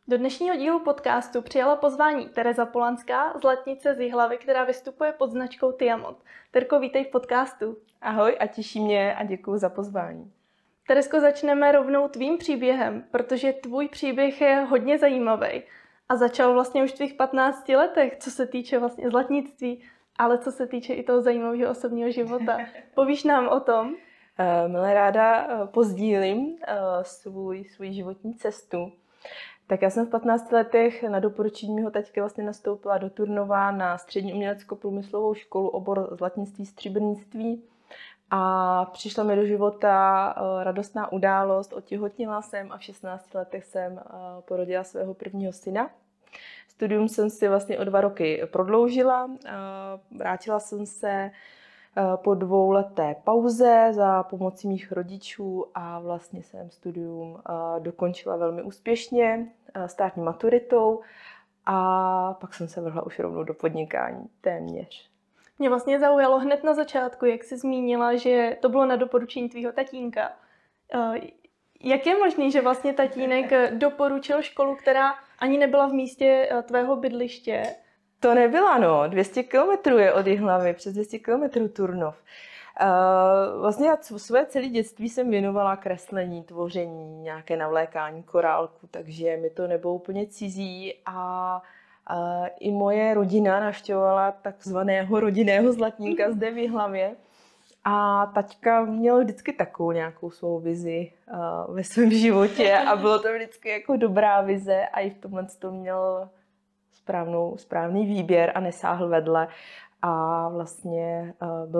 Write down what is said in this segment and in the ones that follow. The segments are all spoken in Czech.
Do dnešního dílu podcastu přijala pozvání Tereza Polanská z Letnice z Jihlavy, která vystupuje pod značkou Tiamont. Terko, vítej v podcastu. Ahoj a těší mě a děkuji za pozvání. Terezko, začneme rovnou tvým příběhem, protože tvůj příběh je hodně zajímavý a začal vlastně už v tvých 15 letech, co se týče vlastně zlatnictví, ale co se týče i toho zajímavého osobního života. Povíš nám o tom? Milé ráda pozdílím svůj životní cestu. Tak já jsem v 15 letech na doporučení mého taťky vlastně nastoupila do Turnova na střední umělecko-průmyslovou školu, obor zlatnictví, stříbrnictví. A přišla mi do života radostná událost, otěhotněla jsem a v 16 letech jsem porodila svého prvního syna. Studium jsem si vlastně o 2 roky prodloužila, vrátila jsem se po 2leté pauze za pomocí mých rodičů a vlastně jsem studium dokončila velmi úspěšně státní maturitou a pak jsem se vrhla už rovnou do podnikání, téměř. Mě vlastně zaujalo hned na začátku, jak jsi zmínila, že to bylo na doporučení tvýho tatínka. Jak je možné, že vlastně tatínek doporučil školu, která ani nebyla v místě tvého bydliště? To nebyla, 200 kilometrů je od Jihlavy, přes 200 kilometrů Turnov. Vlastně já své celé dětství jsem věnovala kreslení, tvoření, nějaké navlékání korálku, takže mi to nebylo úplně cizí a i moje rodina navštěvovala takzvaného rodinného zlatníka zde v Jihlavě. A taťka měl vždycky takovou nějakou svou vizi ve svém životě a bylo to vždycky jako dobrá vize a i v tomhle to měl správný výběr a nesáhl vedle. A vlastně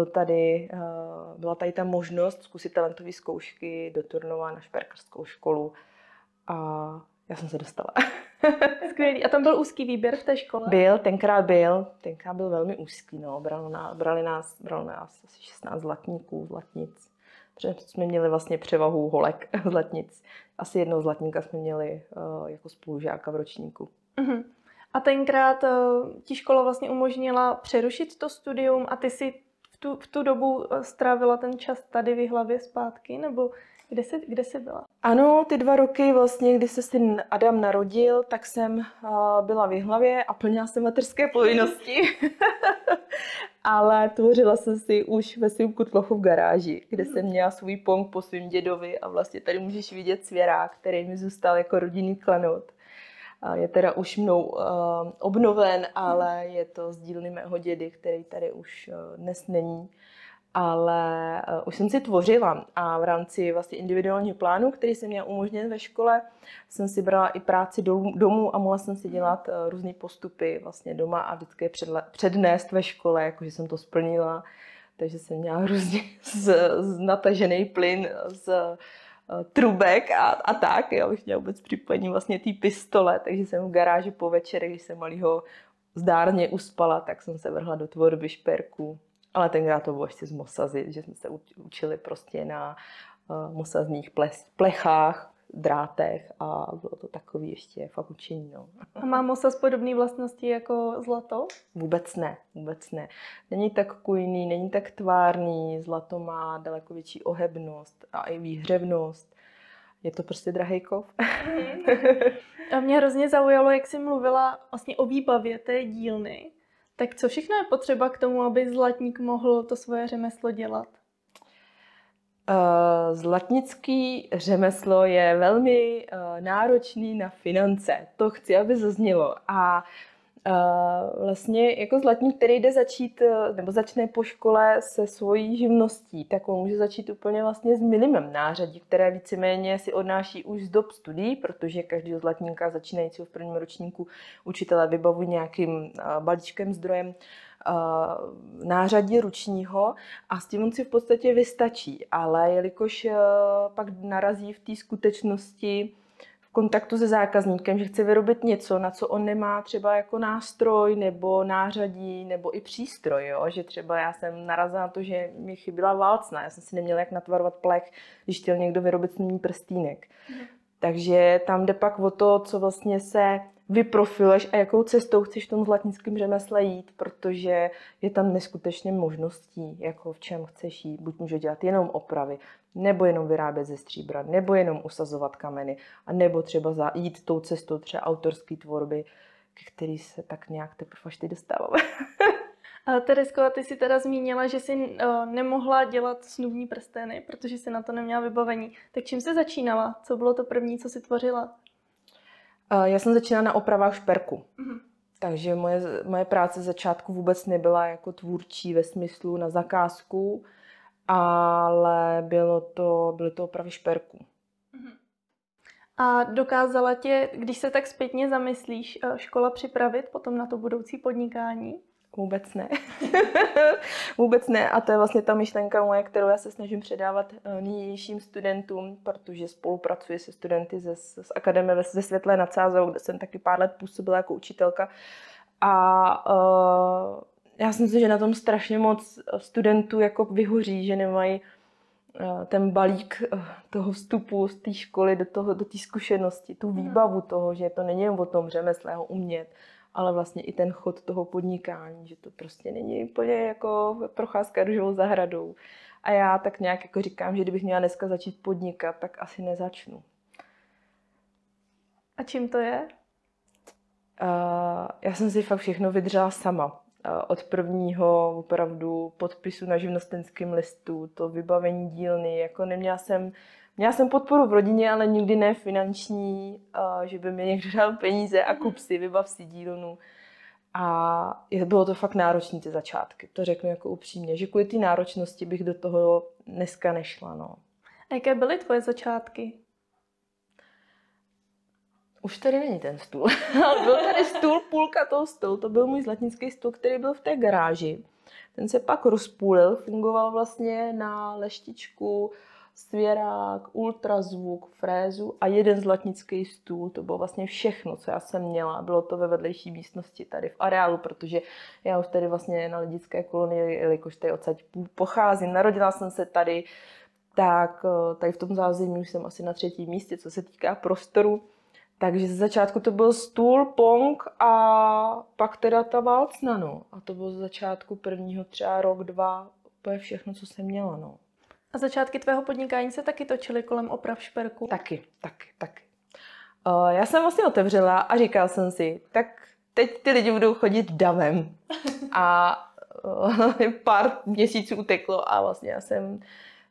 byla tady ta možnost zkusit talentové zkoušky do Turnova na šperkařskou školu a já jsem se dostala. Skvělý. A tam byl úzký výběr v té škole? Tenkrát byl velmi úzký. Bralo nás asi 16 zlatníků, zlatnic. Protože jsme měli vlastně převahu holek zlatnic. Asi jednoho zlatníka jsme měli jako spolužáka v ročníku. Uh-huh. A tenkrát ti škola vlastně umožnila přerušit to studium a ty si v tu dobu strávila ten čas tady v Jihlavě zpátky, nebo kde jsi byla? Ano, ty 2 roky vlastně, kdy se syn Adam narodil, tak jsem byla v Jihlavě a plnila jsem mateřské povinnosti. Ale tvořila jsem si už ve svém kutlochu v garáži, kde jsem měla svůj pong po svým dědovi a vlastně tady můžeš vidět svěrák, který mi zůstal jako rodinný klenot. Je teda už mnou obnoven, ale je to z dílny mého dědy, který tady už dnes není. Ale už jsem si tvořila a v rámci vlastně individuálního plánu, který jsem měla umožněn ve škole, jsem si brala i práci domů a mohla jsem si dělat různé postupy vlastně doma a vždycky je přednést ve škole, jakože jsem to splnila. Takže jsem měla různě natažený plyn z trubek a tak. Já bych měla vůbec připojení vlastně té pistole, takže jsem v garáži po večerech, když jsem malýho zdárně uspala, tak jsem se vrhla do tvorby šperků. Ale tenkrát to bylo ještě z mosazy, že jsme se učili prostě na mosazních plechách, drátech a bylo to takový ještě fakt učení. A má mosaz podobné vlastnosti jako zlato? Vůbec ne. Není tak kujný, není tak tvárný, zlato má daleko větší ohebnost a i výhřevnost. Je to prostě drahej kov. A mě hrozně zaujalo, jak jsi mluvila vlastně o výbavě té dílny. Tak co všechno je potřeba k tomu, aby zlatník mohl to svoje řemeslo dělat? Zlatnický řemeslo je velmi náročný na finance. To chci, aby zaznělo. A vlastně jako zlatník, který jde začít nebo začne po škole se svojí živností, tak on může začít úplně vlastně s minimem nářadí, které víceméně si odnáší už z dob studií, protože každého zlatníka začínajícího v prvním ročníku učitelé vybavují nějakým balíčkem, zdrojem nářadí ručního a s tím on si v podstatě vystačí, ale jelikož pak narazí v té skutečnosti v kontaktu se zákazníkem, že chce vyrobit něco, na co on nemá třeba jako nástroj nebo nářadí nebo i přístroj, jo? Že třeba já jsem narazila na to, že mi chyběla válcna, já jsem si neměla jak natvarovat plech, když chtěl někdo vyrobit snímý prstýnek. Takže tam jde pak o to, co vlastně se vyprofiluješ a jakou cestou chceš v tom zlatnickém řemesle jít, protože je tam neskutečně možností, jako v čem chceš jít. Buď může dělat jenom opravy, nebo jenom vyrábět ze stříbra, nebo jenom usazovat kameny, a nebo třeba jít tou cestou třeba autorské tvorby, ke který se tak nějak teprve až teď dostáváme. Teresko, a ty si teda zmínila, že jsi nemohla dělat snubní prsteny, protože jsi na to neměla vybavení. Tak čím jsi začínala? Co bylo to první, co jsi tvořila? Já jsem začínala na opravách šperku. Takže moje práce z začátku vůbec nebyla jako tvůrčí ve smyslu na zakázku, ale byly to opravy šperku. A dokázala tě, když se tak zpětně zamyslíš, škola připravit potom na to budoucí podnikání? Vůbec ne. Vůbec ne. A to je vlastně ta myšlenka moje, kterou já se snažím předávat nynějším studentům, protože spolupracuji se studenty z akademie ze Světlé nad Sázavou, kde jsem taky pár let působila jako učitelka. A já si myslím, že na tom strašně moc studentů jako vyhoří, že nemají ten balík toho vstupu z té školy do té zkušenosti, tu výbavu toho, že to není jen o tom řemesle ho umět, ale vlastně i ten chod toho podnikání, že to prostě není úplně jako procházka růžovou zahradou. A já tak nějak jako říkám, že kdybych měla dneska začít podnikat, tak asi nezačnu. A čím to je? Já jsem si fakt všechno vydržela sama. Od prvního opravdu podpisu na živnostenském listu, to vybavení dílny, jako měla jsem podporu v rodině, ale nikdy ne finanční, že by mi někdo dal peníze a kup si, vybav si dílnu. A bylo to fakt náročné ty začátky, to řeknu jako upřímně, že kvůli té náročnosti bych do toho dneska nešla. No. A jaké byly tvoje začátky? Už tady není ten stůl, ale byl tady stůl, půlka toho stolu, to byl můj zlatnický stůl, který byl v té garáži. Ten se pak rozpůlil, fungoval vlastně na leštičku, svěrák, ultrazvuk, frézu a jeden zlatnický stůl. To bylo vlastně všechno, co já jsem měla. Bylo to ve vedlejší místnosti tady v areálu, protože já už tady vlastně na Lidické kolonii, jelikož tady odsaď pocházím, narodila jsem se tady, tak tady v tom zázemí už jsem asi na 3. místě, co se týká prostoru. Takže ze začátku to byl stůl, pong a pak teda ta valcna, no. A to bylo ze začátku prvního třeba rok, 2, úplně všechno, co jsem měla, no. A začátky tvého podnikání se taky točily kolem oprav šperku? Taky. Já jsem vlastně otevřela a říkala jsem si, tak teď ty lidi budou chodit davem. A pár měsíců uteklo a vlastně já jsem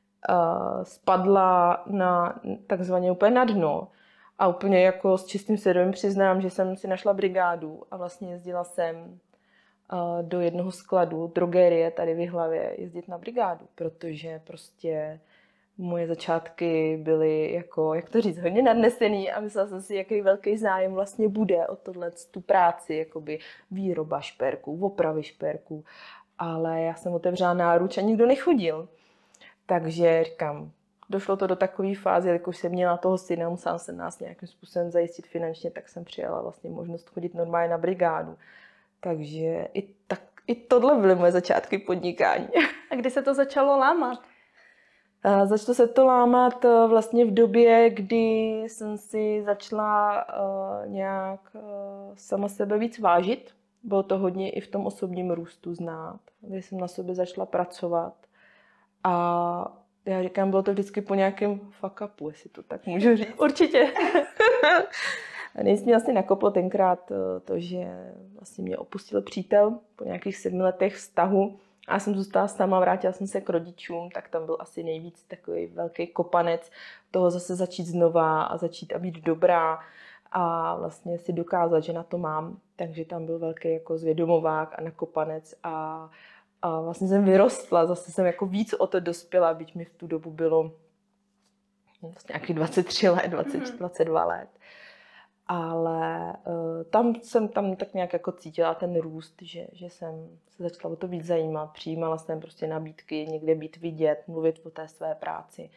spadla na takzvaně úplně na dno. A úplně jako s čistým svědomím přiznám, že jsem si našla brigádu a vlastně jezdila jsem do jednoho skladu drogerie tady v Jihlavě jezdit na brigádu, protože prostě moje začátky byly jako, jak to říct, hodně nadnesený a myslela jsem si, jaký velký zájem vlastně bude o tu práci, jakoby výroba šperků, opravy šperků, ale já jsem otevřela náruč a nikdo nechodil. Takže říkám, došlo to do takové fáze, jakož jsem měla toho syna, musela jsem nás nějakým způsobem zajistit finančně, tak jsem přijala vlastně možnost chodit normálně na brigádu. Takže i tohle byly moje začátky podnikání. A kdy se to začalo lámat? Začalo se to lámat vlastně v době, kdy jsem si začala nějak sama sebe víc vážit. Bylo to hodně i v tom osobním růstu znát, kdy jsem na sobě začala pracovat. A já říkám, bylo to vždycky po nějakém fuck upu, jestli to tak můžu říct. Určitě. Nejvíc mě vlastně nakoplo tenkrát to, že vlastně mě opustil přítel po nějakých 7 letech vztahu a já jsem zůstala sama, vrátila jsem se k rodičům, tak tam byl asi nejvíc takový velký kopanec toho zase začít znova a začít a být dobrá a vlastně si dokázat, že na to mám. Takže tam byl velký jako zvědomovák a nakopanec a vlastně jsem vyrostla, zase jsem jako víc o to dospěla, byť mi v tu dobu bylo vlastně nějakých 23 let, 22 let. Ale tam jsem tak nějak jako cítila ten růst, že jsem se začala o to víc zajímat. Přijímala jsem prostě nabídky, někde být vidět, mluvit o té své práci.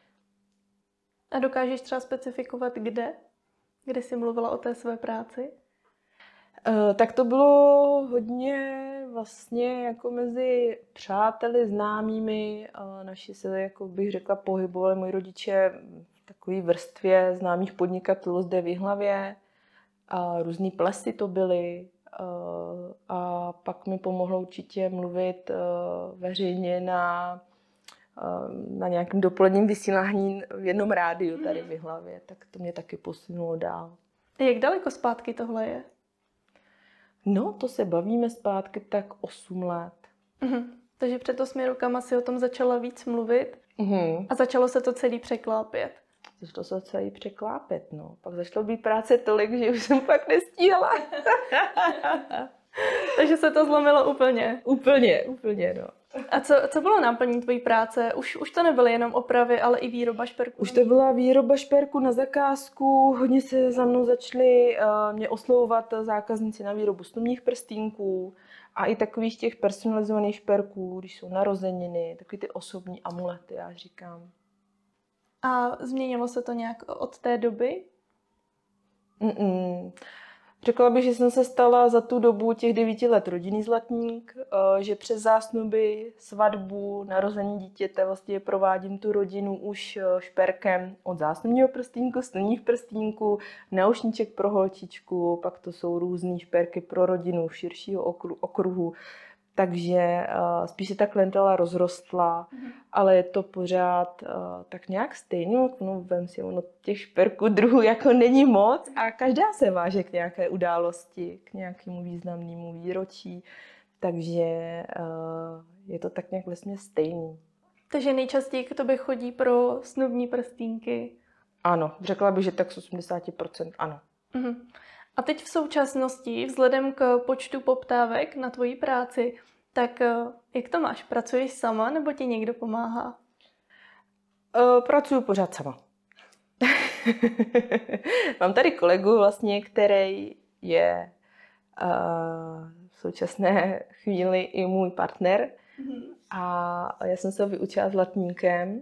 A dokážeš třeba specifikovat kde? Kde jsi mluvila o té své práci? Tak to bylo hodně vlastně jako mezi přáteli, známými. Naši se, jako bych řekla, pohybovali moji rodiče v takové vrstvě známých podnikatelů zde v Jihlavě. a různý plesy to byly. A pak mi pomohlo určitě mluvit veřejně na nějakém dopoledním vysílání v jednom rádiu tady v Jihlavě, tak to mě taky posunulo dál. Jak daleko zpátky tohle je? No, to se bavíme zpátky tak 8 let. Takže před 8 rokama si o tom začala víc mluvit Mhm. a začalo se to celý překlápět. Začalo se celý překlápět, no. Pak začalo být práce tolik, že už jsem pak nestíhala. Takže se to zlomilo úplně. Úplně, no. A co bylo náplní tvojí práce? Už to nebyly jenom opravy, ale i výroba šperků? Už to byla výroba šperku na zakázku, hodně se za mnou začali mě oslovovat zákazníci na výrobu snubních prstýnků a i takových těch personalizovaných šperků, když jsou narozeniny, takový ty osobní amulety, já říkám. A změnilo se to nějak od té doby? Řekla bych, že jsem se stala za tu dobu těch 9 let rodinný zlatník, že přes zásnuby, svatbu, narození dítěte vlastně provádím tu rodinu už šperkem od zásnubního prstínku, snubních prstýnků, náušníček pro holčičku, pak to jsou různý šperky pro rodinu širšího okruhu. Takže spíš se ta klientela rozrostla, ale je to pořád tak nějak stejný. No, vem si, ono těch šperků druhů jako není moc a každá se váže k nějaké události, k nějakému významnému výročí. Takže je to tak nějak vlastně stejný. Takže nejčastěji k tobě chodí pro snubní prstínky. Ano, řekla bych, že tak z 80% ano. A teď v současnosti, vzhledem k počtu poptávek na tvoji práci, tak jak to máš? Pracuješ sama nebo ti někdo pomáhá? Pracuji pořád sama. Mám tady kolegu vlastně, který je v současné chvíli i můj partner. A já jsem se ho vyučila zlatníkem.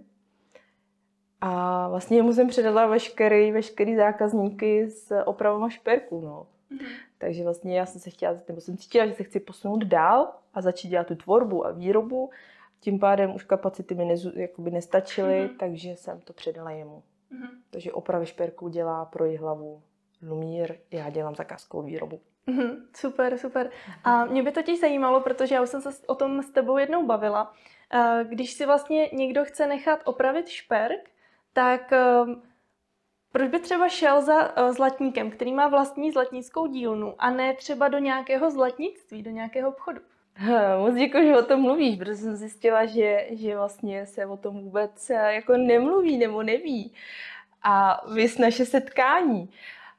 A vlastně mu jsem předala veškerý zákazníky s opravama šperků, no. Takže vlastně já jsem se chtěla, nebo jsem cítila, že se chci posunout dál a začít dělat tu tvorbu a výrobu. Tím pádem už kapacity mi nestačily, takže jsem to předala jemu. Takže opravy šperků dělá pro Jihlavu Lumír, já dělám zakázkovou výrobu. Super. A mě by totiž zajímalo, protože já už jsem se o tom s tebou jednou bavila. Když si vlastně někdo chce nechat opravit šperk, tak proč by třeba šel za zlatníkem, který má vlastní zlatnickou dílnu a ne třeba do nějakého zlatnictví, do nějakého obchodu? Moc děkuji, že o tom mluvíš, protože jsem zjistila, že vlastně se o tom vůbec jako nemluví nebo neví. A vys naše setkání.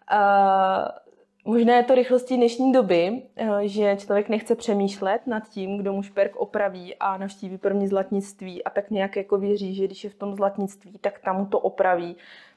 Možná je to rychlostí dnešní doby, že člověk nechce přemýšlet nad tím, kdo mu šperk opraví a navštíví první zlatnictví a tak nějak jako věří, že když je v tom zlatnictví, tak tam mu to opraví.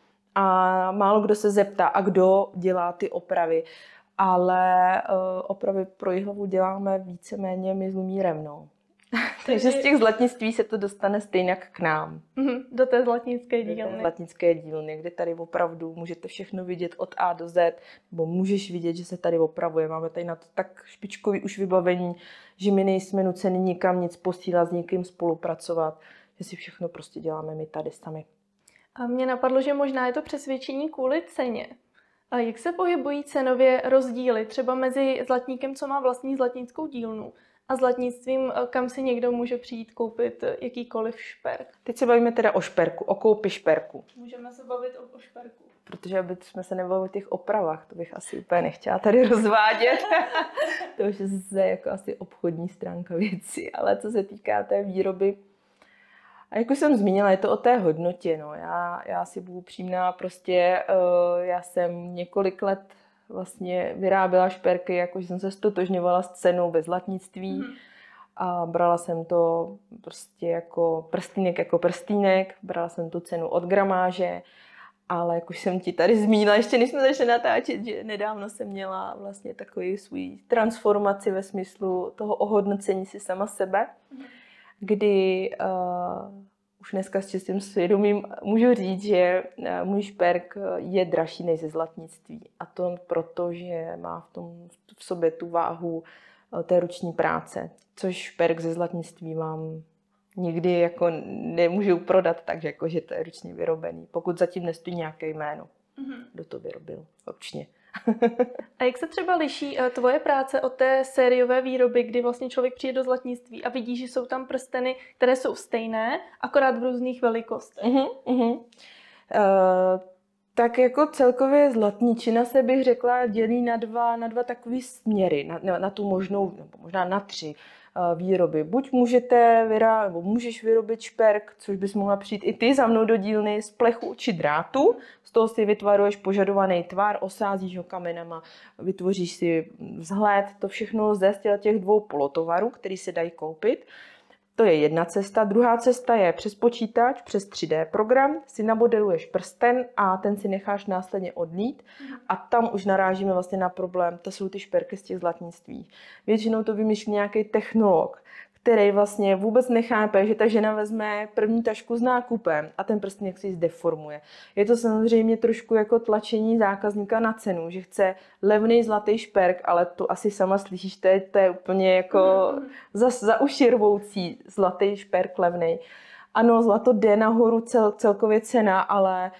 A málo kdo se zeptá, a kdo dělá ty opravy. Ale opravy pro Jihlavu děláme víceméně my s Lumírem, no. Takže z těch zlatnictví se to dostane stejně k nám. Do té zlatnické dílny. Zlatnické dílny, kde tady opravdu můžete všechno vidět od A do Z, nebo můžeš vidět, že se tady opravuje. Máme tady na to tak špičkový už vybavení, že my nejsme nuceni nikam nic posílat, s někým spolupracovat, že si všechno prostě děláme my tady sami. A mě napadlo, že možná je to přesvědčení kvůli ceně. A jak se pohybují cenově rozdíly třeba mezi zlatníkem, co má vlastní zlatnickou dílnu, a zlatnictvím, kam si někdo může přijít koupit jakýkoliv šperk? Teď se bavíme teda o šperku, o koupi šperku. Můžeme se bavit o šperku. Protože aby jsme se nebavili o těch opravách, to bych asi úplně nechtěla tady rozvádět. To už je zase jako asi obchodní stránka věci. Ale co se týká té výroby, a jak už jsem zmínila, je to o té hodnotě. No. Já si budu upřímná, prostě já jsem několik let vlastně vyráběla šperky, jakože jsem se stotožňovala s cenou ve zlatnictví a brala jsem to prostě jako prstýnek, brala jsem tu cenu od gramáže, ale jak už jsem ti tady zmínila, ještě než jsme začali natáčet, že nedávno jsem měla vlastně takový svůj transformaci ve smyslu toho ohodnocení si sama sebe, kdy už dneska s čistým svědomím můžu říct, že můj šperk je dražší než ze zlatnictví. A to proto, že má v sobě tu váhu té ruční práce, což šperk ze zlatnictví vám nikdy jako nemůžu prodat tak, jako, že to je ručně vyrobený, pokud zatím nestojí nějaké jméno, kdo to vyrobil ručně. A jak se třeba liší tvoje práce od té sériové výroby, kdy vlastně člověk přijde do zlatnictví a vidí, že jsou tam prsteny, které jsou stejné, akorát v různých velikostech? Tak jako celkově zlatničina se bych řekla dělí na dva takový směry, na tu možnou, nebo možná na 3 výroby. Buď můžeš vyrobit šperk, což bys mohla přijít i ty za mnou do dílny, z plechu či drátu. Z toho si vytvaruješ požadovaný tvar, osázíš ho kamenama, vytvoříš si vzhled. To všechno lze z těch 2 polotovarů, který se dají koupit. To je jedna cesta. Druhá cesta je přes počítač, přes 3D program, si namodeluješ prsten a ten si necháš následně odlít a tam už narážíme vlastně na problém. To jsou ty šperky z těch zlatnictví. Většinou to vymýšlí nějaký technolog, který vlastně vůbec nechápe, že ta žena vezme první tašku s nákupem a ten prsten jak si zdeformuje. Je to samozřejmě trošku jako tlačení zákazníka na cenu, že chce levný zlatý šperk, ale to asi sama slyšíš, to je úplně jako za uši rvoucí zlatý šperk levný. Ano, zlato jde nahoru celkově cena, ale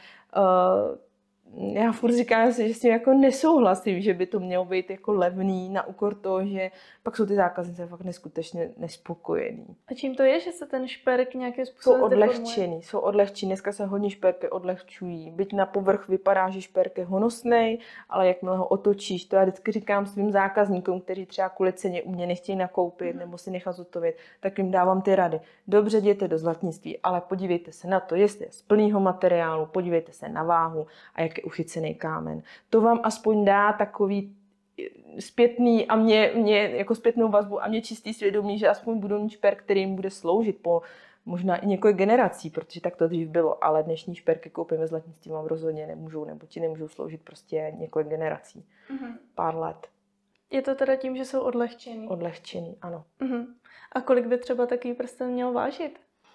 já furt říkám si, že s tím jako nesouhlasím, že by to mělo být jako levný na úkor toho, že pak jsou ty zákaznice fakt neskutečně nespokojení. A čím to je, že se ten šperk nějakým způsobem Jsou odlehčený. Dneska se hodně šperky odlehčují. Byť na povrch vypadá, že šperk je honosnej, ale jakmile ho otočíš, to já vždycky říkám svým zákazníkům, kteří třeba kvůli ceně u mě nechtějí nakoupit nebo si nechat zhotovit, tak jim dávám ty rady. Dobře, jděte do zlatnictví, ale podívejte se na to, jestli je z plného materiálu, podívejte se na váhu a jak je uchycený kámen. To vám aspoň dá takový zpětný a mě jako zpětnou vazbu a mě čistý svědomí, že aspoň budu mít šperk, který jim bude sloužit po možná i několik generací, protože tak to dřív bylo, ale dnešní šperky koupíme zlatnictví vám rozhodně nemůžou, nebo ti nemůžou sloužit prostě několik generací. Pár let. Je to teda tím, že jsou odlehčený? Odlehčený, ano. A kolik by třeba takový prsten měl vážit?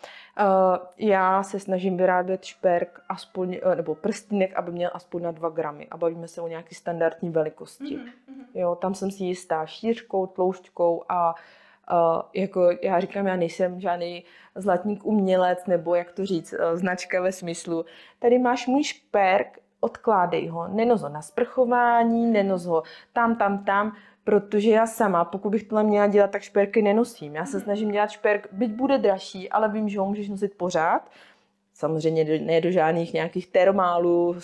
Já se snažím vyrábět šperk aspoň, nebo prstýnek, aby měl aspoň na 2 gramy. A bavíme se o nějaké standardní velikosti. Jo, tam jsem si jistá šířkou, tloušťkou a jako já říkám, já nejsem žádný zlatník umělec, nebo jak to říct, značka ve smyslu. Tady máš můj šperk, odkládej ho, nenos ho na sprchování, nenos ho tam, protože já sama, pokud bych tohle měla dělat, tak šperky nenosím. Já se snažím dělat šperk, byť bude dražší, ale vím, že ho můžeš nosit pořád. Samozřejmě ne do žádných nějakých termálů,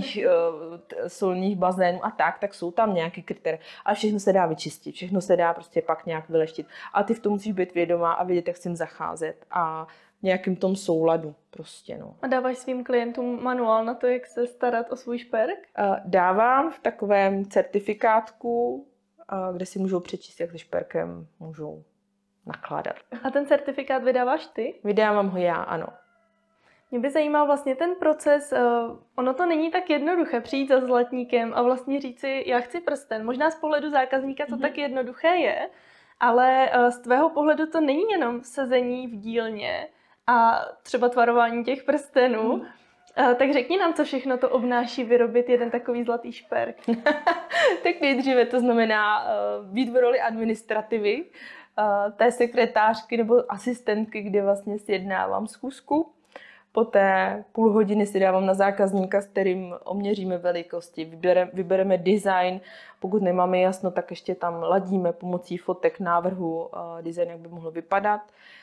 solních bazénů a tak jsou tam nějaký kritéria. Ale všechno se dá vyčistit, všechno se dá prostě pak nějak vyleštit. A ty v tom musíš být vědomá a vědět, jak s tím zacházet. A nějakým tom souladu prostě, no. A dáváš svým klientům manuál na to, jak se starat o svůj šperk? Dávám v takovém certifikátku, kde si můžou přečíst, jak se šperkem můžou nakládat. A ten certifikát vydáváš ty? Vydávám ho já, ano. Mě by zajímal vlastně ten proces, ono to není tak jednoduché přijít za zlatníkem a vlastně říct si, já chci prsten. Možná z pohledu zákazníka to tak jednoduché je, ale z tvého pohledu to není jenom sezení v dílně a třeba tvarování těch prstenů. Tak řekni nám, co všechno to obnáší vyrobit jeden takový zlatý šperk. Tak nejdříve to znamená být v roli administrativy, té sekretářky nebo asistentky, kde vlastně sjednávám schůzku. Poté půl hodiny si dávám na zákazníka, s kterým oměříme velikosti, vybereme design. Pokud nemáme jasno, tak ještě tam ladíme pomocí fotek návrhu design, jak by mohlo vypadat.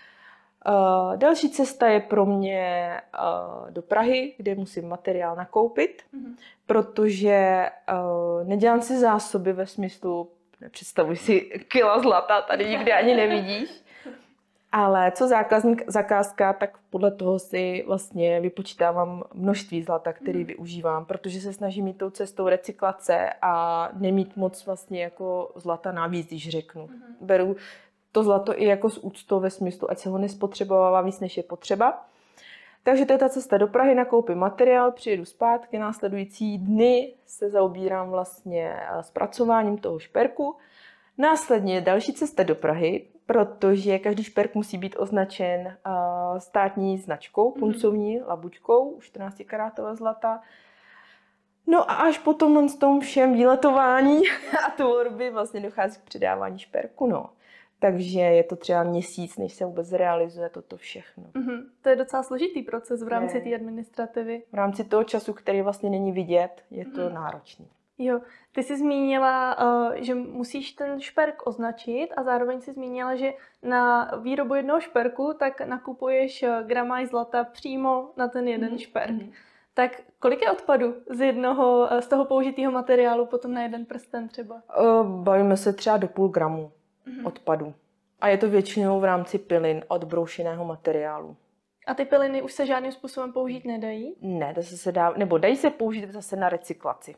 Další cesta je pro mě do Prahy, kde musím materiál nakoupit, protože nedělám si zásoby ve smyslu, představuj si kila zlata, tady nikdy ani nevidíš. Ale co zakázka, tak podle toho si vlastně vypočítávám množství zlata, který využívám, protože se snažím mít tou cestou recyklace a nemít moc vlastně jako zlata navíc, když řeknu. Beru to zlato i jako s úctou ve smyslu, ať se ho nespotřebovává víc, než je potřeba. Takže to je ta cesta do Prahy, nakoupím materiál, přijedu zpátky, následující dny se zaobírám vlastně zpracováním toho šperku. Následně další cesta do Prahy, protože každý šperk musí být označen státní značkou, puncovní labučkou, 14 karátové zlata. No a až po tom všem výletování a tvorby vlastně dochází k předávání šperku, no. Takže je to třeba měsíc, než se vůbec realizuje toto všechno. To je docela složitý proces v rámci té administrativy. V rámci toho času, který vlastně není vidět, je to náročný. Jo, ty jsi zmínila, že musíš ten šperk označit a zároveň si zmínila, že na výrobu jednoho šperku tak nakupuješ gramáž zlata přímo na ten jeden šperk. Tak kolik je odpadu z toho použitého materiálu potom na jeden prsten třeba? Bavíme se třeba do 0,5 gramu odpadu. A je to většinou v rámci pilin od broušeného materiálu. A ty piliny už se žádným způsobem použít nedají? Ne, to se dá, nebo dají se použít zase na recyklaci.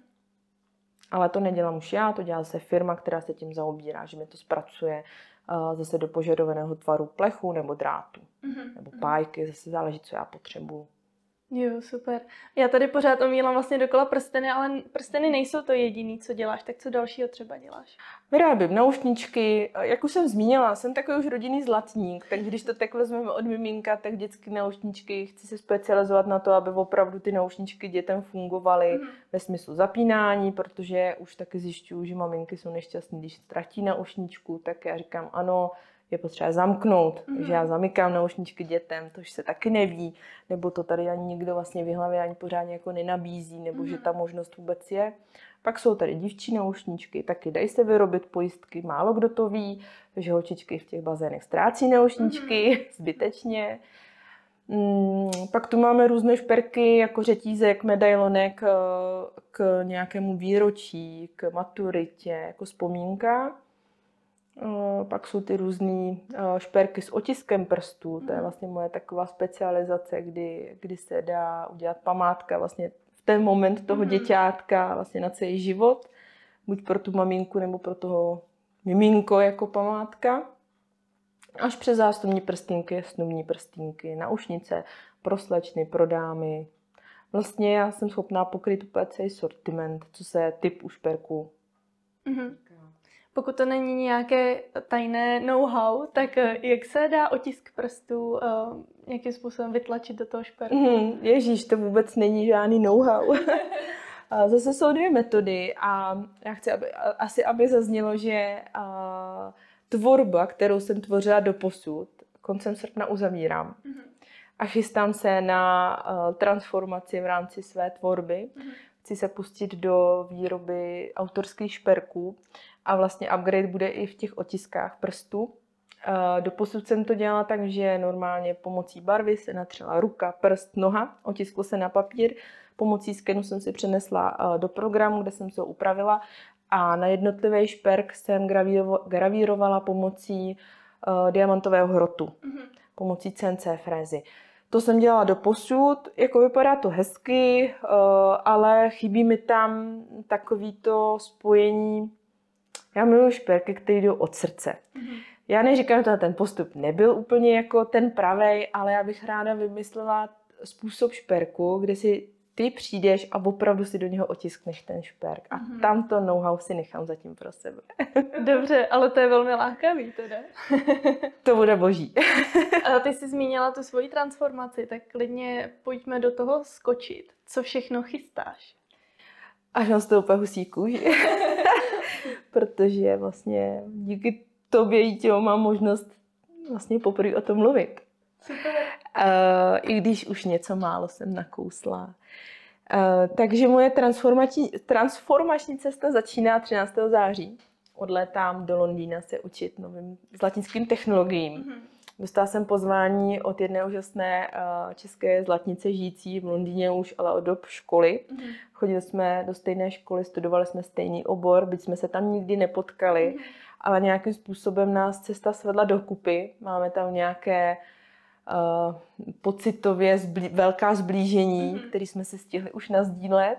Ale to nedělám už já, to dělá se firma, která se tím zaobírá, že mi to zpracuje zase do požadovaného tvaru plechu nebo drátu. Nebo pájky, zase záleží, co já potřebuju. Jo, super. Já tady pořád omílám vlastně dokola prsteny, ale prsteny nejsou to jediný, co děláš, tak co dalšího třeba děláš? Vyrábím náušničky, jak už jsem zmínila, jsem takový už rodinný zlatník, takže když to tak vezmeme od miminka, tak dětské náušničky, chci se specializovat na to, aby opravdu ty náušničky dětem fungovaly ve smyslu zapínání, protože už taky zjišťuju, že maminky jsou nešťastné, když ztratí náušničku, tak já říkám ano, je potřeba zamknout, takže já zamykám náušničky dětem, to už se taky neví, nebo to tady ani nikdo vlastně v hlavě ani pořádně jako nenabízí, nebo že ta možnost vůbec je. Pak jsou tady dívčí náušničky, taky dají se vyrobit pojistky, málo kdo to ví, že holčičky v těch bazénech ztrácí náušničky zbytečně. Pak tu máme různé šperky, jako řetízek, medailonek k nějakému výročí, k maturitě, jako vzpomínka. Pak jsou ty různé šperky s otiskem prstů, to je vlastně moje taková specializace, kdy se dá udělat památka vlastně v ten moment toho děťátka vlastně na celý život, buď pro tu maminku nebo pro toho miminko jako památka. Až přes zástupní prstínky, snubní prstínky, náušnice pro slečny, pro dámy. Vlastně já jsem schopná pokryt úplně celý sortiment, co se typu šperku. Pokud to není nějaké tajné know-how, tak jak se dá otisk prstů nějakým způsobem vytlačit do toho šperku? Ježíš, to vůbec není žádný know-how. Zase jsou 2 metody a já chci, aby zaznělo, že tvorba, kterou jsem tvořila doposud, koncem srpna uzavírám. A chystám se na transformaci v rámci své tvorby. Chci se pustit do výroby autorských šperků a vlastně upgrade bude i v těch otiskách prstů. Doposud jsem to dělala tak, že normálně pomocí barvy se natřela ruka, prst, noha, otisklo se na papír. Pomocí skenu jsem si přenesla do programu, kde jsem se ho upravila a na jednotlivý šperk jsem gravírovala pomocí diamantového hrotu, pomocí CNC frézy. To jsem dělala doposud, jako vypadá to hezky, ale chybí mi tam takovýto spojení. Já miluji šperky, které jdou od srdce. Já neříkám, že ten postup nebyl úplně jako ten pravej, ale já bych ráda vymyslela způsob šperku, kde si ty přijdeš a opravdu si do něho otiskneš ten šperk. A tamto know-how si nechám zatím pro sebe. Dobře, ale to je velmi lákavý teda. To bude boží. A ty jsi zmínila tu svoji transformaci, tak klidně pojďme do toho skočit. Co všechno chystáš? Až mám z toho úplně husí kůži. Protože vlastně díky tobě, Jíťo, mám možnost vlastně poprvé o tom mluvit. Super. I když už něco málo jsem nakousla. Takže moje transformační cesta začíná 13. září. Odlétám do Londýna se učit novým zlatnickým technologiím. Dostala jsem pozvání od jedné úžasné české zlatnice žijící v Londýně už, ale od dob školy. Chodili jsme do stejné školy, studovali jsme stejný obor, byť jsme se tam nikdy nepotkali, ale nějakým způsobem nás cesta svedla dokupy. Máme tam nějaké pocitově velká zblížení, které jsme si stihli už nasdílet.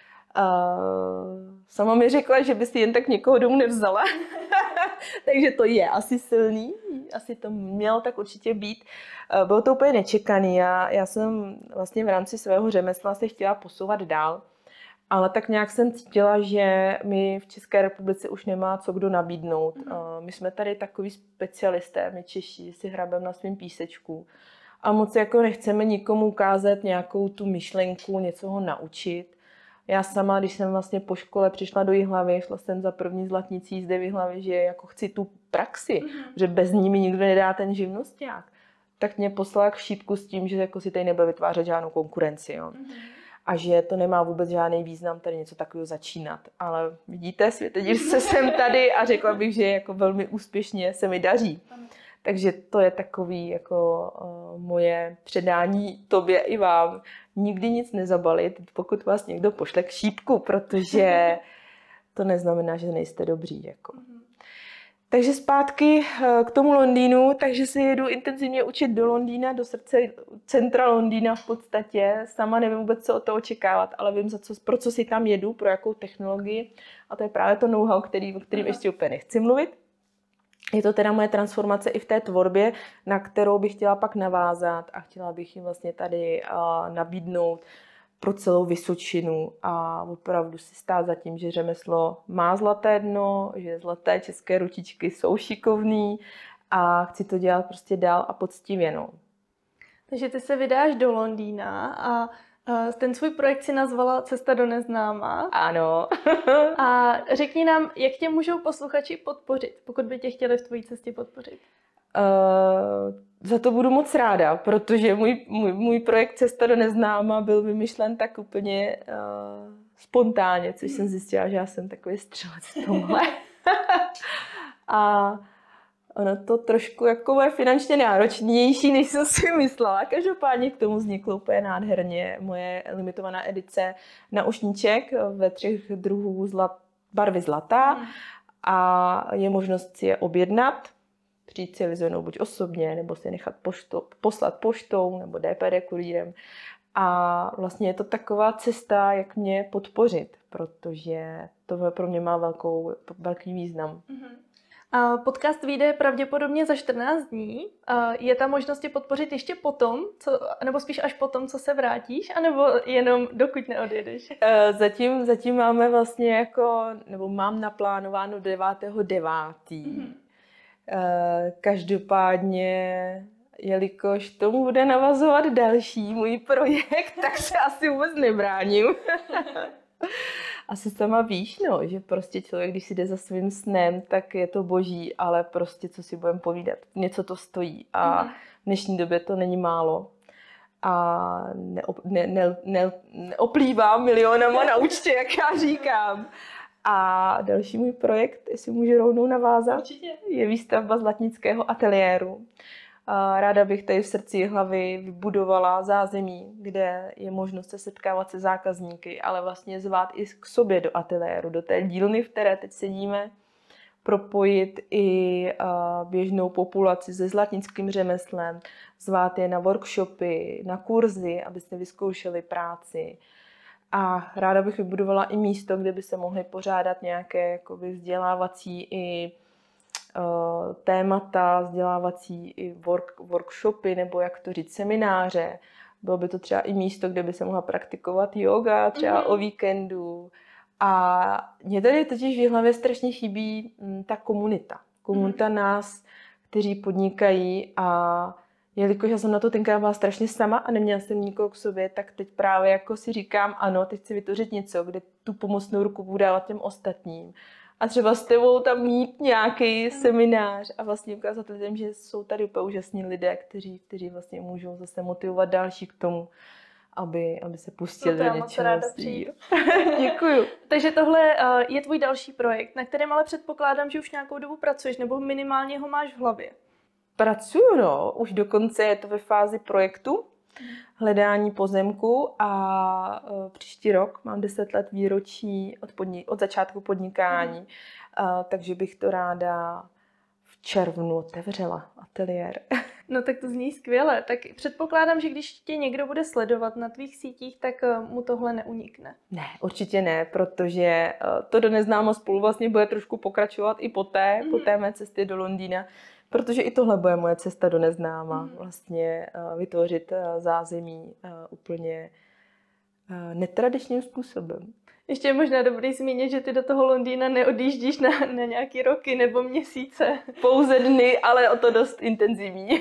Sama mi řekla, že by si jen tak někoho domů nevzala. Takže to je asi silný, asi to mělo tak určitě být. Bylo to úplně nečekaný. Já jsem vlastně v rámci svého řemesla se chtěla posouvat dál, ale tak nějak jsem cítila, že mi v České republice už nemá co kdo nabídnout. My jsme tady takový specialisté, my Češi si hrabeme na svým písečku a moc jako nechceme nikomu ukázat nějakou tu myšlenku, něco ho naučit. Já sama, když jsem vlastně po škole přišla do Jihlavy, šla jsem za první zlatnicí zde v Jihlavě, že jako chci tu praxi, že bez ní mi nikdo nedá ten živnosťák, tak mě poslala k šípku s tím, že jako si tady nebude vytvářet žádnou konkurenci. Jo. a že to nemá vůbec žádný význam tady něco takového začínat. Ale vidíte, světediv se jsem tady a řekla bych, že jako velmi úspěšně se mi daří. Takže to je takový jako moje předání tobě i vám. Nikdy nic nezabalit, pokud vás někdo pošle k šípku, protože to neznamená, že nejste dobří. Jako. Takže zpátky k tomu Londýnu, takže se jedu intenzivně učit do Londýna, do srdce centra Londýna v podstatě. Sama nevím vůbec, co od toho očekávat, ale vím, pro co si tam jedu, pro jakou technologii. A to je právě to know-how, o kterým ještě úplně nechci mluvit. Je to teda moje transformace i v té tvorbě, na kterou bych chtěla pak navázat a chtěla bych jim vlastně tady nabídnout pro celou Vysočinu a opravdu si stát za tím, že řemeslo má zlaté dno, že zlaté české ručičky jsou šikovný a chci to dělat prostě dál a poctivě. No. Takže ty se vydáš do Londýna a ten svůj projekt si nazvala Cesta do neznáma. Ano. A řekni nám, jak tě můžou posluchači podpořit, pokud by tě chtěli v tvojí cestě podpořit? Za to budu moc ráda, protože můj projekt Cesta do neznáma byl vymyšlen tak úplně spontánně, což jsem zjistila, že já jsem takový střelec v tomhle. A ono to trošku jako je finančně náročnější, než jsem si myslela. Každopádně k tomu vzniklo úplně nádherně moje limitovaná edice naušníček ve 3 druhů barvy zlata a je možnost si je objednat, přijít si je vyzvednout buď osobně, nebo si je nechat poslat poštou nebo DPD kurýrem. A vlastně je to taková cesta, jak mě podpořit, protože to pro mě má velký význam. Podcast vyjde pravděpodobně za 14 dní. Je tam možnost tě podpořit ještě potom, nebo spíš až potom, co se vrátíš, anebo jenom dokud neodjedeš? Zatím máme vlastně jako, nebo mám naplánováno 9.9. Každopádně, jelikož tomu bude navazovat další můj projekt, tak se asi vůbec nebráním. Asi sama víš, no, že prostě člověk, když si jde za svým snem, tak je to boží, ale prostě co si budeme povídat, něco to stojí a v dnešní době to není málo. A neoplývám milionama na účtě, jak já říkám. A další můj projekt, jestli můžu rovnou navázat, určitě, je výstavba zlatnického ateliéru. Ráda bych tady v srdci hlavy vybudovala zázemí, kde je možnost se setkávat se zákazníky, ale vlastně zvát i k sobě do ateliéru, do té dílny, v které teď sedíme, propojit i běžnou populaci se zlatnickým řemeslem, zvát je na workshopy, na kurzy, abyste vyzkoušeli práci. A ráda bych vybudovala i místo, kde by se mohly pořádat nějaké jakoby vzdělávací i témata, vzdělávací i workshopy, nebo jak to říct, semináře. Bylo by to třeba i místo, kde by se mohla praktikovat yoga, třeba o víkendu. A mně tady totiž v hlavě strašně chybí ta komunita. Komunita nás, kteří podnikají a jelikož já jsem na to tenkrát byla strašně sama a neměla jsem nikoho k sobě, tak teď právě jako si říkám, ano, teď chci vytvořit něco, kde tu pomocnou ruku budu dávat těm ostatním. A třeba s tebou tam mít nějaký seminář a vlastně ukázat lidem, že jsou tady úplně úžasní lidé, kteří vlastně můžou zase motivovat další k tomu, aby se pustili do něčeho. Děkuju. Takže tohle je tvůj další projekt, na kterém ale předpokládám, že už nějakou dobu pracuješ, nebo minimálně ho máš v hlavě. Pracuju, no. Už dokonce je to ve fázi projektu, hledání pozemku a příští rok mám 10 let výročí od začátku podnikání, takže bych to ráda v červnu otevřela ateliér. No tak to zní skvěle. Tak předpokládám, že když tě někdo bude sledovat na tvých sítích, tak mu tohle neunikne. Ne, určitě ne, protože to do neznáma spolu vlastně bude trošku pokračovat i po té mé cestě do Londýna, protože i tohle bude moje cesta do neznáma. Vlastně vytvořit zázemí úplně netradičním způsobem. Ještě je možná dobrý zmínit, že ty do toho Londýna neodjíždíš na nějaký roky nebo měsíce. Pouze dny, ale o to dost intenzivní.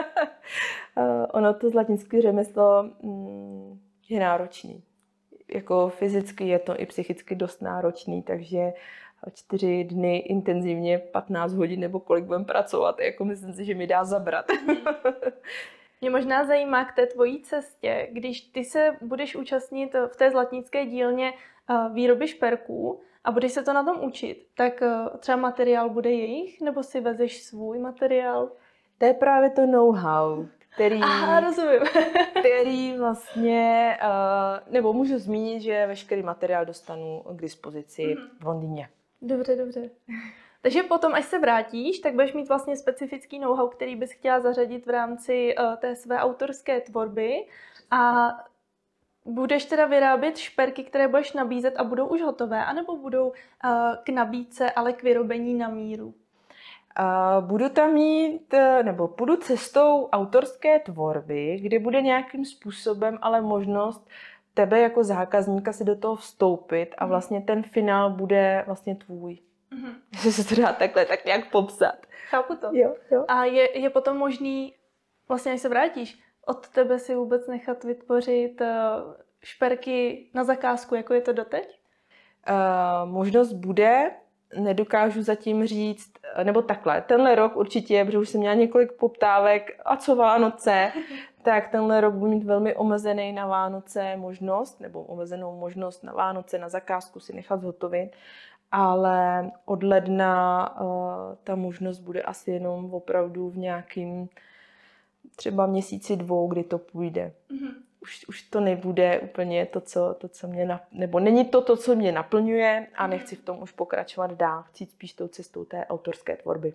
Ono to zlatnické řemeslo je náročný. Jako fyzicky je to i psychicky dost náročný, takže 4 dny intenzivně, 15 hodin nebo kolik budeme pracovat, jako myslím si, že mi dá zabrat. Mě možná zajímá k té tvojí cestě, když ty se budeš účastnit v té zlatnické dílně výroby šperků a budeš se to na tom učit, tak třeba materiál bude jejich, nebo si vezeš svůj materiál? To je právě to know-how, rozumím. který vlastně, nebo můžu zmínit, že veškerý materiál dostanu k dispozici v Londýně. Dobře. Takže potom, až se vrátíš, tak budeš mít vlastně specifický know-how, který bys chtěla zařadit v rámci té své autorské tvorby a budeš teda vyrábět šperky, které budeš nabízet a budou už hotové, anebo budou k nabídce, ale k vyrobení na míru? Budu tam mít, nebo půjdu cestou autorské tvorby, kde bude nějakým způsobem ale možnost tebe jako zákazníka si do toho vstoupit a vlastně ten finál bude vlastně tvůj. Že se to dá takhle tak nějak popsat. Chápu to. Jo. A je potom možný, vlastně až se vrátíš, od tebe si vůbec nechat vytvořit šperky na zakázku, jako je to doteď? Možnost bude, nedokážu zatím říct, nebo takhle, tenhle rok určitě, protože už jsem měla několik poptávek, a co Vánoce, tak tenhle rok budu mít velmi omezený na Vánoce možnost, nebo omezenou možnost na Vánoce, na zakázku si nechat zhotovit, ale od ledna ta možnost bude asi jenom opravdu v nějakým třeba měsíci 2, kdy to půjde. Už to nebude úplně to, co mě, nebo není to, co mě naplňuje a nechci v tom už pokračovat dál. Chci jít spíš tou cestou té autorské tvorby.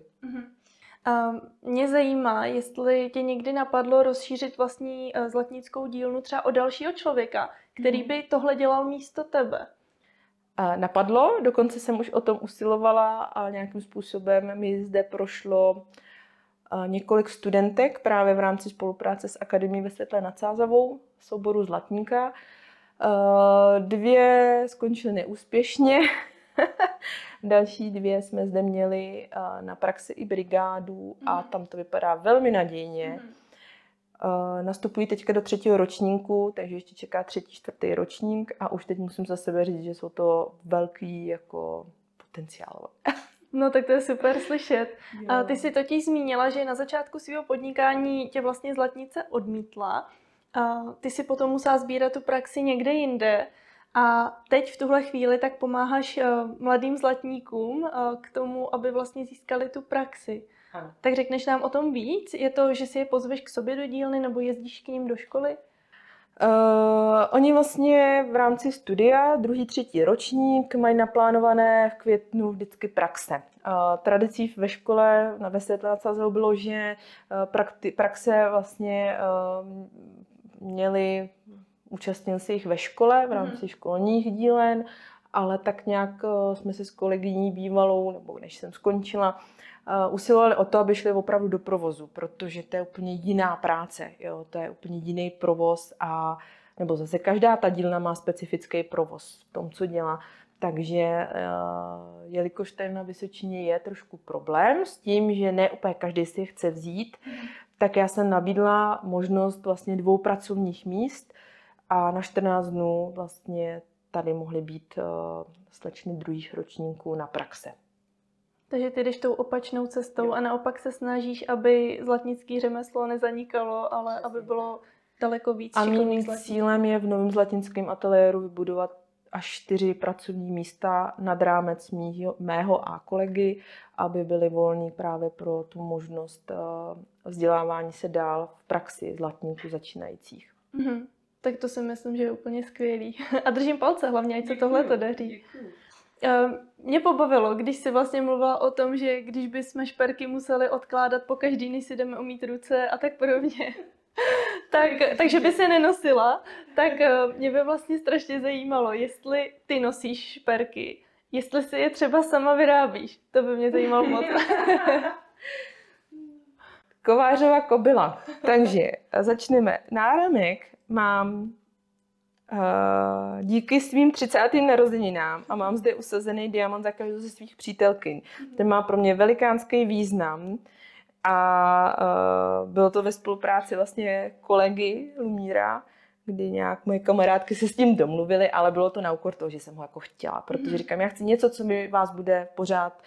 Mě zajímá, jestli tě někdy napadlo rozšířit vlastní zlatnickou dílnu třeba o dalšího člověka, který by tohle dělal místo tebe. Napadlo, dokonce jsem už o tom usilovala a nějakým způsobem mi zde prošlo několik studentek právě v rámci spolupráce s Akademií ve Světle nad Sázavou z oboru zlatníka. 2 skončily neúspěšně. Další 2 jsme zde měli na praxi i brigádu a tam to vypadá velmi nadějně. Nastupují teďka do 3. ročníku, takže ještě čeká 3., 4. ročník a už teď musím za sebe říct, že jsou to velký jako potenciálové. No tak to je super slyšet. A ty si totiž zmínila, že na začátku svého podnikání tě vlastně zlatnice odmítla. A ty si potom musela sbírat tu praxi někde jinde. A teď v tuhle chvíli tak pomáháš mladým zlatníkům k tomu, aby vlastně získali tu praxi. Ano. Tak řekneš nám o tom víc? Je to, že si je pozveš k sobě do dílny nebo jezdíš k ním do školy? Oni vlastně v rámci studia, 2., 3. ročník, mají naplánované v květnu vždycky praxe. Tradicí ve škole ve Světle nad Sázavou bylo, že praxe vlastně účastnil se jich ve škole v rámci školních dílen, ale tak nějak jsme se s kolegyní bývalou, nebo než jsem skončila, usilovali o to, aby šli opravdu do provozu, protože to je úplně jiná práce, jo? To je úplně jiný provoz nebo zase každá ta dílna má specifický provoz v tom, co dělá. Takže jelikož tady na Vysočině je trošku problém s tím, že ne úplně každý si je chce vzít, tak já jsem nabídla možnost vlastně 2 pracovních míst a na 14 dnů vlastně tady mohly být slečny 2. ročníků na praxe. Takže ty jdeš tou opačnou cestou a naopak se snažíš, aby zlatnické řemeslo nezanikalo, ale aby bylo daleko víc šikovných mým cílem je v novém zlatnickém ateliéru vybudovat až 4 pracovní místa nad rámec mého a kolegy, aby byly volný právě pro tu možnost vzdělávání se dál v praxi zlatníků začínajících. Tak to si myslím, že je úplně skvělý. A držím palce hlavně, ať se tohle to daří. Mě pobavilo, když jsi vlastně mluvila o tom, že když bychom šperky museli odkládat po každý, než si jdeme umýt ruce a tak podobně, takže by se nenosila, tak mě by vlastně strašně zajímalo, jestli ty nosíš šperky, jestli si je třeba sama vyrábíš. To by mě zajímalo moc. Kovářova kobyla. Takže začneme. Náramek mám díky svým 30. narozeninám a mám zde usazený diamant za každou ze svých přítelkyň. Ten má pro mě velikánský význam a bylo to ve spolupráci vlastně kolegy Lumíra, kdy nějak moje kamarádky se s tím domluvily, ale bylo to na úkor toho, že jsem ho jako chtěla, protože říkám, já chci něco, co mi vás bude pořád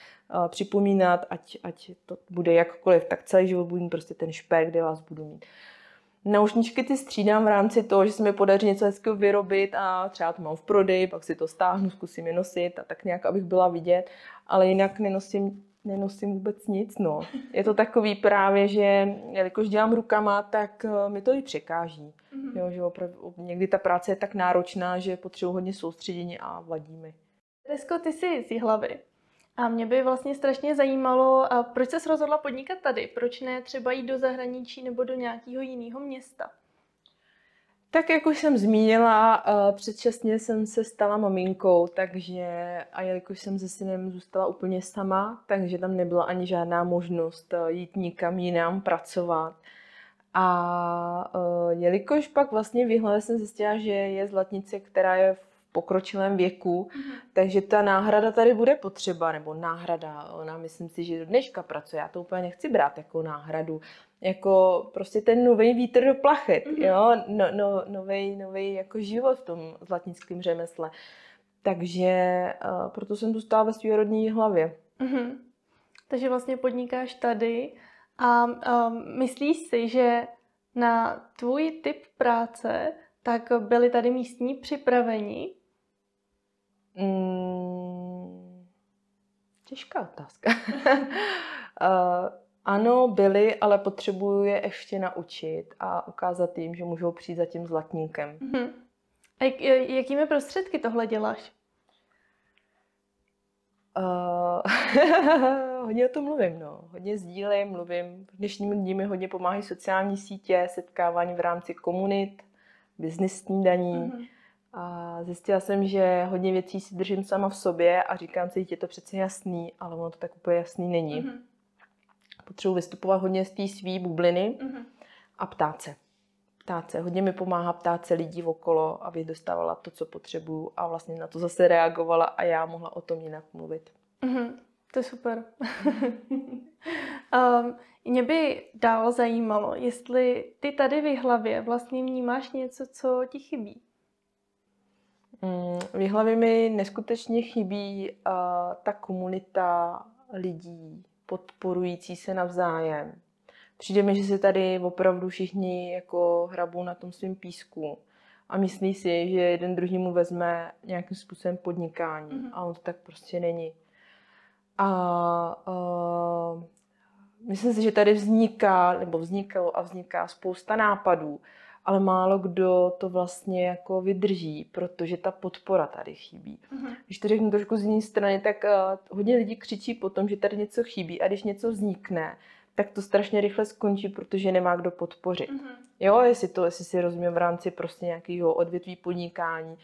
připomínat, ať to bude jakkoliv, tak celý život budu mít prostě ten šperk, kde vás budu mít. Naušničky ty střídám v rámci toho, že se mi podaří něco hezkého vyrobit a třeba to mám v prodeji, pak si to stáhnu, zkusím je nosit a tak nějak, abych byla vidět, ale jinak nenosím vůbec nic, no. Je to takový právě, že jelikož dělám rukama, tak mi to i překáží. Jo, že opravdu, někdy ta práce je tak náročná, že potřebuji hodně soustředění a vadí mi. Teresko, ty jsi z Jihlavy. A mě by vlastně strašně zajímalo, proč jsi rozhodla podnikat tady? Proč ne třeba jít do zahraničí nebo do nějakého jiného města? Tak jak už jsem zmínila, předčasně jsem se stala maminkou, a jelikož jsem se synem zůstala úplně sama, takže tam nebyla ani žádná možnost jít nikam jinam pracovat. A jelikož pak vlastně v Jihlavě jsem zjistila, že je zlatnice, která je v pokročilém věku, takže ta náhrada tady bude potřeba, nebo náhrada, ona myslím si, že do dneška pracuje, já to úplně nechci brát jako náhradu, jako prostě ten nový vítr do plachet, jo, nový jako život v tom zlatnickém řemesle. Takže proto jsem zůstala ve své rodné Jihlavě. Takže vlastně podnikáš tady a myslíš si, že na tvůj typ práce tak byli tady místní připraveni? Těžká otázka. Ano, byli, ale potřebuju je ještě naučit a ukázat jim, že můžou přijít za tím zlatníkem. A jakými prostředky tohle děláš? Hodně o tom mluvím, no. Hodně sdílím, mluvím. V dnešním dní mi hodně pomáhají sociální sítě, setkávání v rámci komunit, business snídaní. A zjistila jsem, že hodně věcí si držím sama v sobě a říkám si, že je to přece jasný, ale ono to tak úplně jasný není. Potřebuji vystupovat hodně z té svý bubliny a ptát se. Hodně mi pomáhá ptát se lidí okolo, aby dostávala to, co potřebuju a vlastně na to zase reagovala a já mohla o tom jinak mluvit. To je super. Mě by dál zajímalo, jestli ty tady v Jihlavě vlastně vnímáš něco, co ti chybí. V Jihlavě mi neskutečně chybí ta komunita lidí, podporující se navzájem. Přijde mi, že si tady opravdu všichni jako hrabou na tom svém písku a myslí si, že jeden druhýmu vezme nějakým způsobem podnikání a on to tak prostě není. A myslím si, že tady vzniká spousta nápadů, ale málo kdo to vlastně jako vydrží, protože ta podpora tady chybí. Když to řeknu trošku z jiné strany, tak hodně lidí křičí po tom, že tady něco chybí a když něco vznikne, tak to strašně rychle skončí, protože nemá kdo podpořit. Jo, jestli si rozumím v rámci prostě nějakého odvětví podnikání,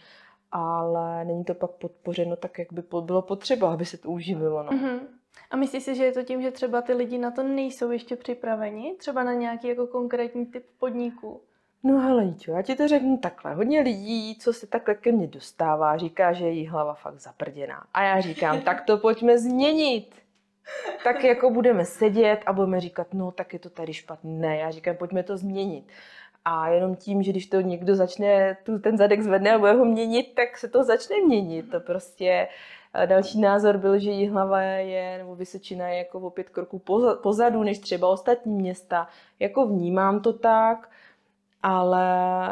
ale není to pak podpořeno tak, jak by bylo potřeba, aby se to uživilo. No. A myslíš si, že je to tím, že třeba ty lidi na to nejsou ještě připraveni? Třeba na nějaký jako konkrétní typ podniků? No hele, Jíčo, já ti to řeknu takhle. Hodně lidí, co se takhle ke mně dostává, říká, že je jí hlava fakt zaprděná. A já říkám, tak to pojďme změnit. Tak jako budeme sedět a budeme říkat, no tak je to tady špatné. Ne, já říkám, pojďme to změnit. A jenom tím, že když to někdo začne, ten zadek zvedne a bude ho měnit, tak se to začne měnit. To prostě další názor byl, že Jihlava nebo Vysočina je jako o 5 kroků pozadu, než třeba ostatní města. Jako vnímám to tak, ale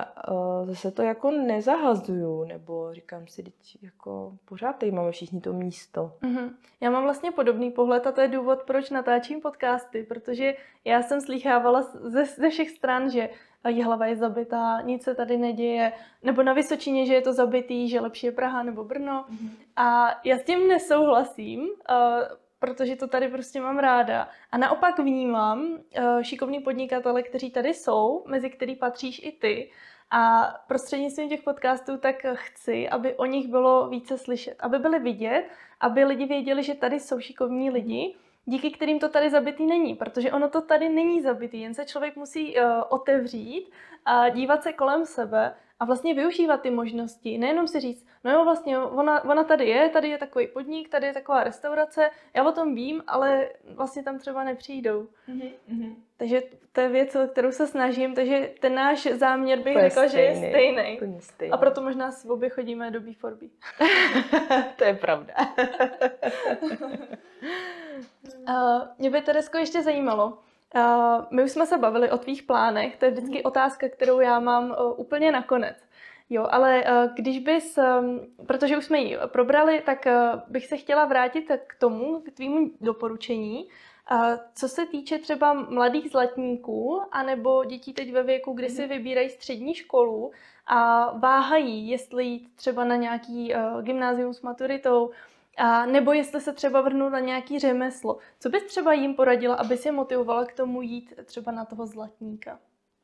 zase to jako nezahazuju, nebo říkám si, jako pořád tady máme všichni to místo. Já mám vlastně podobný pohled a to je důvod, proč natáčím podcasty, protože já jsem slýchávala ze všech stran, že Jihlava je zabitá, nic se tady neděje, nebo na Vysočině, že je to zabitý, že lepší je Praha nebo Brno. A já s tím nesouhlasím, protože to tady prostě mám ráda. A naopak vnímám šikovný podnikatele, kteří tady jsou, mezi který patříš i ty. A prostřednictvím těch podcastů tak chci, aby o nich bylo více slyšet, aby byly vidět, aby lidi věděli, že tady jsou šikovní lidi, díky kterým to tady zabitý není, protože ono to tady není zabitý, jen se člověk musí otevřít a dívat se kolem sebe a vlastně využívat ty možnosti, nejenom si říct, no jo, vlastně ona tady je takový podnik, tady je taková restaurace, já o tom vím, ale vlastně tam třeba nepřijdou. Takže to je věc, o kterou se snažím, takže ten náš záměr bych řekla, že je stejný. A proto možná s obě chodíme do B4B. To je pravda. Mě by, Teresko, ještě zajímalo, My už jsme se bavili o tvých plánech, to je vždycky otázka, kterou já mám úplně nakonec. Jo, ale když bys, protože už jsme ji probrali, tak bych se chtěla vrátit k tomu, k tvýmu doporučení. Co se týče třeba mladých zlatníků, anebo dětí teď ve věku, kdy si vybírají střední školu a váhají, jestli jít třeba na nějaký gymnázium s maturitou, nebo jestli se třeba vrhnout na nějaký řemeslo. Co bys třeba jim poradila, aby si je motivovala k tomu jít třeba na toho zlatníka?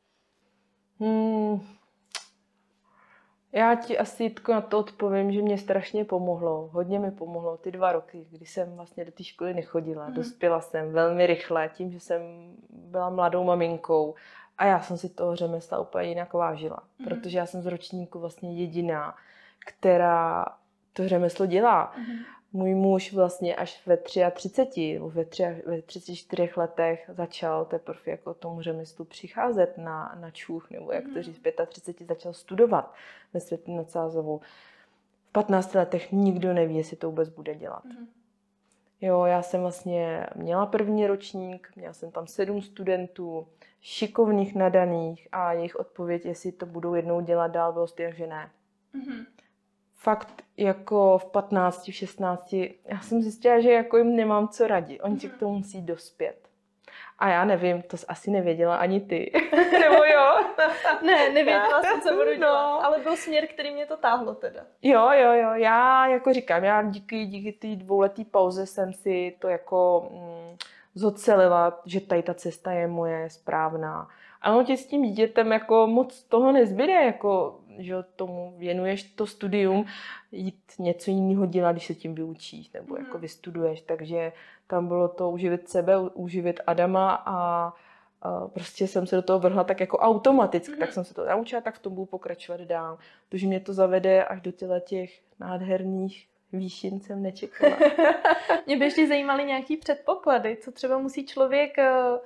Já ti asi, Jitko, na to odpovím, že mě strašně pomohlo. Hodně mi pomohlo ty 2 roky, kdy jsem vlastně do té školy nechodila. Dospěla jsem velmi rychle tím, že jsem byla mladou maminkou a já jsem si toho řemesla úplně jinak vážila. Protože já jsem z ročníku vlastně jediná, která to řemeslo dělá. Můj muž vlastně až ve 33 nebo ve 34 letech začal teprve jako tomu řemeslu přicházet na čůch, nebo jak to říct, v 35 začal studovat ve Světlé nad Sázavou. V 15 letech nikdo neví, jestli to vůbec bude dělat. Jo, já jsem vlastně měla první ročník, měla jsem tam 7 studentů, šikovných, nadaných a jejich odpověď, jestli to budou jednou dělat dál, bylo stejně, že ne. Fakt jako v 15, v 16, já jsem zjistila, že jako jim nemám co radit. Oni si k tomu musí dospět. A já nevím, to jsi asi nevěděla ani ty. Nebo jo? Ne, nevěděla jsem, co budu dělat, ale byl směr, který mě to táhlo teda. Jo, já jako říkám, já díky té 2letý pauze jsem si to jako zocelila, že tady ta cesta je moje správná. Ano, ti s tím dítětem jako moc toho nezbyde, jako, že tomu věnuješ to studium, jít něco jiného dělat, když se tím vyučíš nebo jako vystuduješ, takže tam bylo to uživit sebe, uživit Adama a prostě jsem se do toho vrhla tak jako automaticky, tak jsem se to naučila, tak v tom budu pokračovat dál, protože mě to zavede až do těch nádherných výšin, jsem nečekala. Mě by ještě zajímaly nějaký předpoklady, co třeba musí člověk...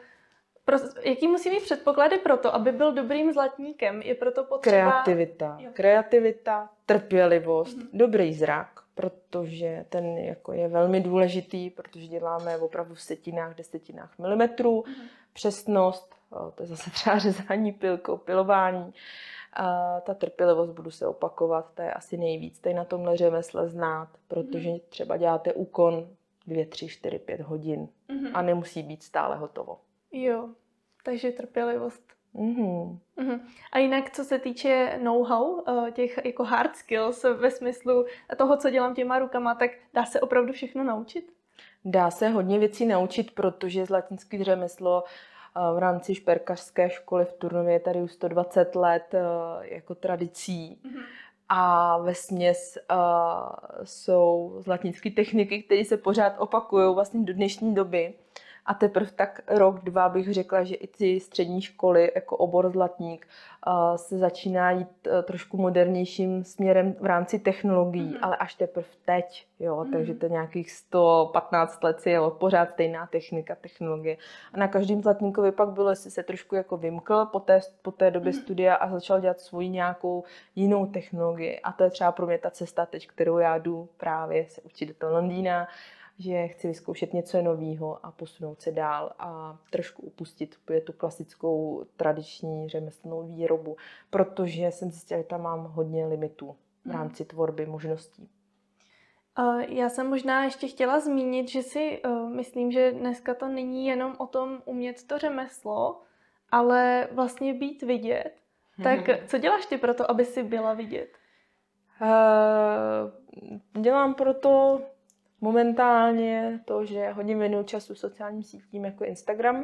Jaký musí mít předpoklady pro to, aby byl dobrým zlatníkem? Je proto potřeba... Kreativita, trpělivost, dobrý zrak, protože ten jako je velmi důležitý, protože děláme opravdu v setinách, desetinách milimetrů, přesnost, to je zase třeba řezání pilkou, pilování. A ta trpělivost, budu se opakovat, ta je asi nejvíc. Tady na tomhle řemesle znát, protože třeba děláte úkon 2, 3, 4, 5 hodin a nemusí být stále hotovo. Jo, takže trpělivost. A jinak, co se týče know-how, těch jako hard skills ve smyslu toho, co dělám těma rukama, tak dá se opravdu všechno naučit? Dá se hodně věcí naučit, protože zlatnické řemeslo v rámci šperkařské školy v Turnově je tady už 120 let jako tradicí. A vesměs jsou zlatnické techniky, které se pořád opakují vlastně do dnešní doby. A teprve tak rok, 2 bych řekla, že i ty střední školy jako obor zlatník se začíná jít trošku modernějším směrem v rámci technologií, ale až teprve teď, jo, takže to nějakých 115 let si jelo pořád stejná technologie. A na každém zlatníkovi pak bylo, jestli se trošku jako vymkl po té době studia a začal dělat svoji nějakou jinou technologii. A to je třeba pro mě ta cesta teď, kterou já jdu právě se učit do toho Londýna, že chci vyzkoušet něco nového a posunout se dál a trošku upustit tu klasickou tradiční řemeslnou výrobu, protože jsem zjistila, že tam mám hodně limitů v rámci tvorby možností. Já jsem možná ještě chtěla zmínit, že si myslím, že dneska to není jenom o tom umět to řemeslo, ale vlastně být vidět. Tak co děláš ty pro to, aby si byla vidět? Dělám proto momentálně to, že hodně věnuju času sociálním sítím jako Instagram.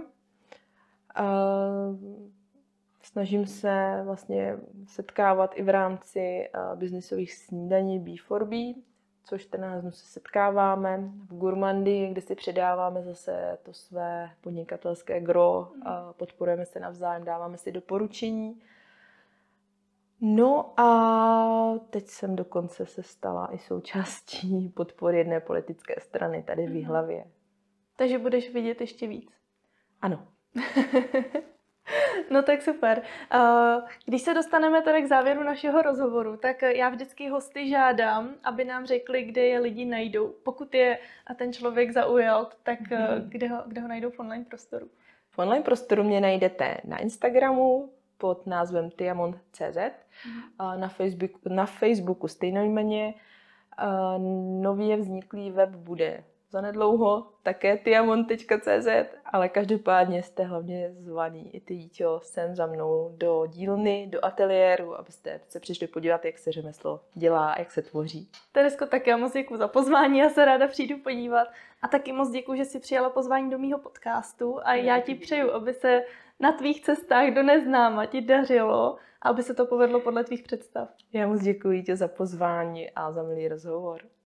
Snažím se vlastně setkávat i v rámci biznisových snídaní B4B, což 14 dnů se setkáváme v Gourmandii, kde si předáváme zase to své podnikatelské gro, podporujeme se navzájem, dáváme si doporučení. No a teď jsem dokonce se stala i součástí podpory jedné politické strany tady v Jihlavě. Takže budeš vidět ještě víc. Ano. No tak super. Když se dostaneme tady k závěru našeho rozhovoru, tak já vždycky hosty žádám, aby nám řekli, kde je lidi najdou. Pokud je a ten člověk zaujal, tak kde ho najdou v online prostoru? V online prostoru mě najdete na Instagramu pod názvem tiamont.cz, na Facebooku stejnojmenně. Nově vzniklý web bude zanedlouho, také tiamont.cz, ale každopádně jste hlavně zvaný i ty Jíťo sem za mnou do dílny, do ateliéru, abyste se přišli podívat, jak se řemeslo dělá a jak se tvoří. Teresko, tak já moc děkuji za pozvání, já se ráda přijdu podívat. A taky moc děkuji, že jsi přijala pozvání do mýho podcastu a já ti přeju, aby se na tvých cestách do neznáma ti dařilo a aby se to povedlo podle tvých představ. Já moc děkuji tě za pozvání a za milý rozhovor.